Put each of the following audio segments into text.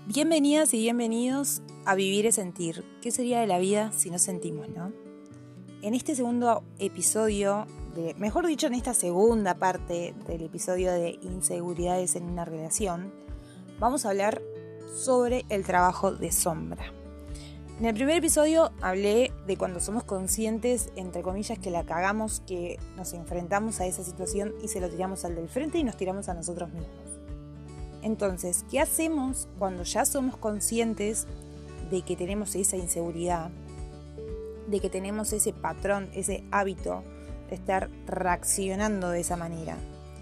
Bienvenidas y bienvenidos a Vivir es Sentir. ¿Qué sería de la vida si no sentimos, no? En este segundo episodio, mejor dicho, en esta segunda parte del episodio de inseguridades en una relación, vamos a hablar sobre el trabajo de sombra. En el primer episodio hablé de cuando somos conscientes, entre comillas, que la cagamos, que nos enfrentamos a esa situación y se lo tiramos al del frente y nos tiramos a nosotros mismos. Entonces, ¿qué hacemos cuando ya somos conscientes de que tenemos esa inseguridad, de que tenemos ese patrón, ese hábito de estar reaccionando de esa manera?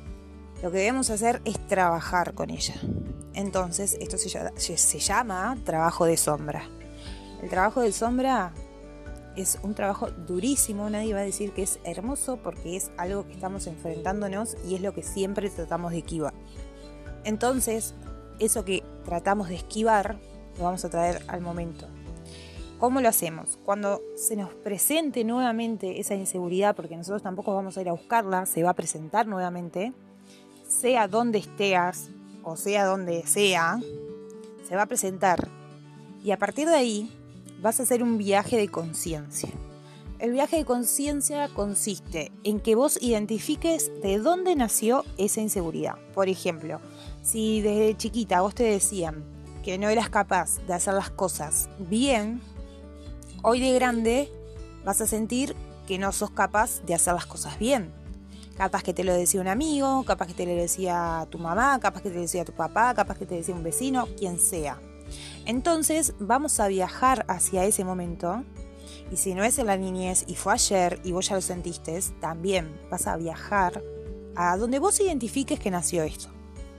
Lo que debemos hacer es trabajar con ella. Entonces, esto se llama trabajo de sombra. El trabajo de sombra es un trabajo durísimo, nadie va a decir que es hermoso porque es algo que estamos enfrentándonos y es lo que siempre tratamos de esquivar. Entonces, eso que tratamos de esquivar, lo vamos a traer al momento. ¿Cómo lo hacemos? Cuando se nos presente nuevamente esa inseguridad, porque nosotros tampoco vamos a ir a buscarla, se va a presentar nuevamente, sea donde estés o sea donde sea, se va a presentar. Y a partir de ahí, vas a hacer un viaje de conciencia. El viaje de conciencia consiste en que vos identifiques de dónde nació esa inseguridad. Por ejemplo, si desde chiquita vos te decían que no eras capaz de hacer las cosas bien, hoy de grande vas a sentir que no sos capaz de hacer las cosas bien. Capaz que te lo decía un amigo, capaz que te lo decía tu mamá, capaz que te lo decía tu papá, capaz que te decía un vecino, quien sea. Entonces vamos a viajar hacia ese momento. Y si no es en la niñez y fue ayer y vos ya lo sentiste, también vas a viajar a donde vos identifiques que nació esto.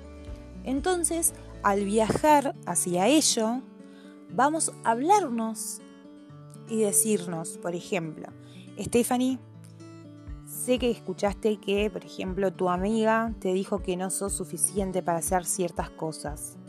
Entonces, al viajar hacia ello, vamos a hablarnos y decirnos, por ejemplo, Stephanie, sé que escuchaste que, por ejemplo, tu amiga te dijo que no sos suficiente para hacer ciertas cosas.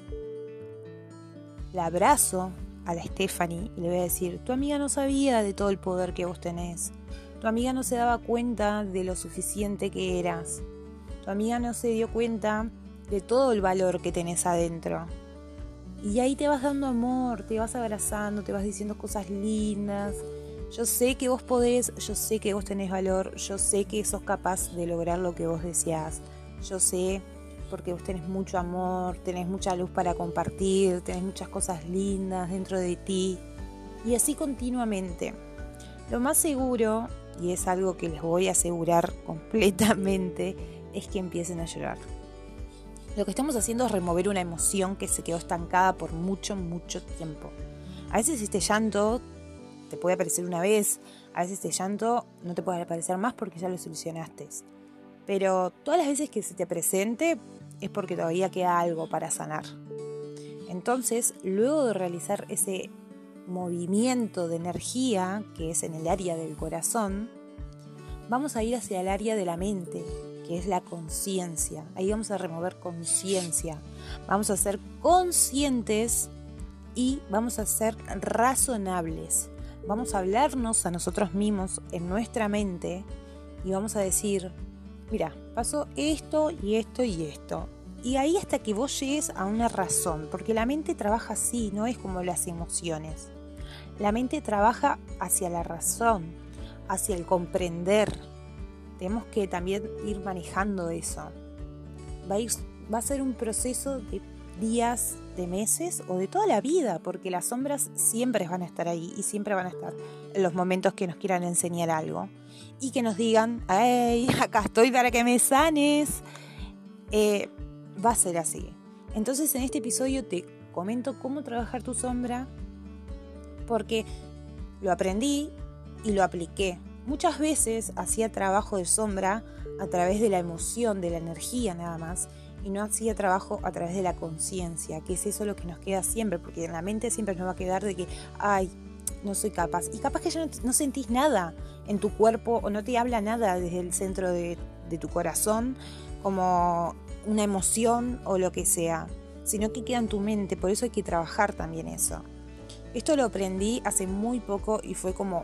La abrazo a la Stephanie y le voy a decir, tu amiga no sabía de todo el poder que vos tenés. Tu amiga no se daba cuenta de lo suficiente que eras. Tu amiga no se dio cuenta de todo el valor que tenés adentro. Y ahí te vas dando amor, te vas abrazando, te vas diciendo cosas lindas. Yo sé que vos podés, yo sé que vos tenés valor, yo sé que sos capaz de lograr lo que vos deseás. Yo sé porque vos tenés mucho amor, tenés mucha luz para compartir, tenés muchas cosas lindas dentro de ti. Y así continuamente. Lo más seguro, y es algo que les voy a asegurar completamente, es que empiecen a llorar. Lo que estamos haciendo es remover una emoción que se quedó estancada por mucho, mucho tiempo. A veces este llanto te puede aparecer una vez, a veces este llanto no te puede aparecer más porque ya lo solucionaste. Pero todas las veces que se te presente es porque todavía queda algo para sanar. Entonces, luego de realizar ese movimiento de energía, que es en el área del corazón, vamos a ir hacia el área de la mente, que es la conciencia. Ahí vamos a remover conciencia. Vamos a ser conscientes y vamos a ser razonables. Vamos a hablarnos a nosotros mismos en nuestra mente y vamos a decir, mira, pasó esto y esto y esto. Y ahí hasta que vos llegues a una razón, porque la mente trabaja así, no es como las emociones. La mente trabaja hacia la razón, hacia el comprender. Tenemos que también ir manejando eso. Va a ser un proceso de días, de meses o de toda la vida, porque las sombras siempre van a estar ahí y siempre van a estar en los momentos que nos quieran enseñar algo y que nos digan, ¡ay, acá estoy para que me sanes! Va a ser así. Entonces en este episodio te comento cómo trabajar tu sombra, porque lo aprendí y lo apliqué. Muchas veces hacía trabajo de sombra a través de la emoción, de la energía nada más, y no hacía trabajo a través de la conciencia, que es eso lo que nos queda siempre, porque en la mente siempre nos va a quedar de que, ay, no soy capaz. Y capaz que ya no sentís nada en tu cuerpo o no te habla nada desde el centro de tu corazón como una emoción o lo que sea, sino que queda en tu mente. Por eso hay que trabajar también eso. Esto lo aprendí hace muy poco y fue como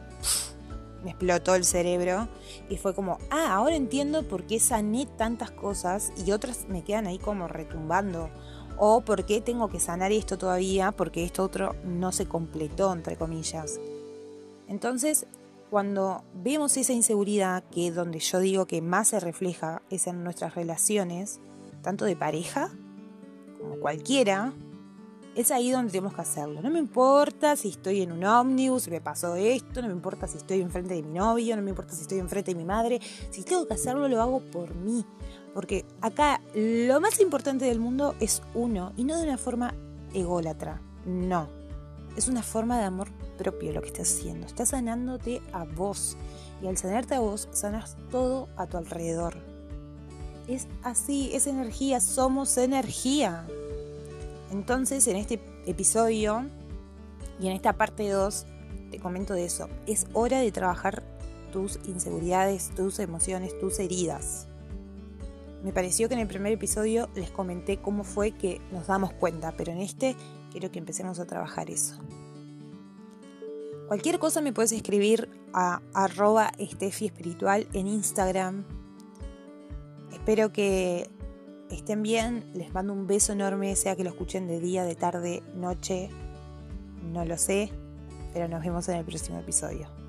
me explotó el cerebro y fue como, ahora entiendo por qué sané tantas cosas y otras me quedan ahí como retumbando. o por qué tengo que sanar esto todavía, porque esto otro no se completó, entre comillas. Entonces, cuando vemos esa inseguridad, que es donde yo digo que más se refleja, es en nuestras relaciones, tanto de pareja como cualquiera, es ahí donde tenemos que hacerlo. No me importa si estoy en un ómnibus, si me pasó esto, no me importa si estoy enfrente de mi novio, no me importa si estoy enfrente de mi madre. Si tengo que hacerlo, lo hago por mí. Porque acá lo más importante del mundo es uno, y no de una forma ególatra, no. Es una forma de amor propio lo que estás haciendo. Estás sanándote a vos. Y al sanarte a vos, sanas todo a tu alrededor. Es así, es energía, somos energía. Entonces, en este episodio y en esta parte 2, te comento de eso. Es hora de trabajar tus inseguridades, tus emociones, tus heridas. Me pareció que en el primer episodio les comenté cómo fue que nos damos cuenta, pero en este quiero que empecemos a trabajar eso. Cualquier cosa me puedes escribir a @estefiespiritual en Instagram. Espero que estén bien, les mando un beso enorme, sea que lo escuchen de día, de tarde, noche, no lo sé, pero nos vemos en el próximo episodio.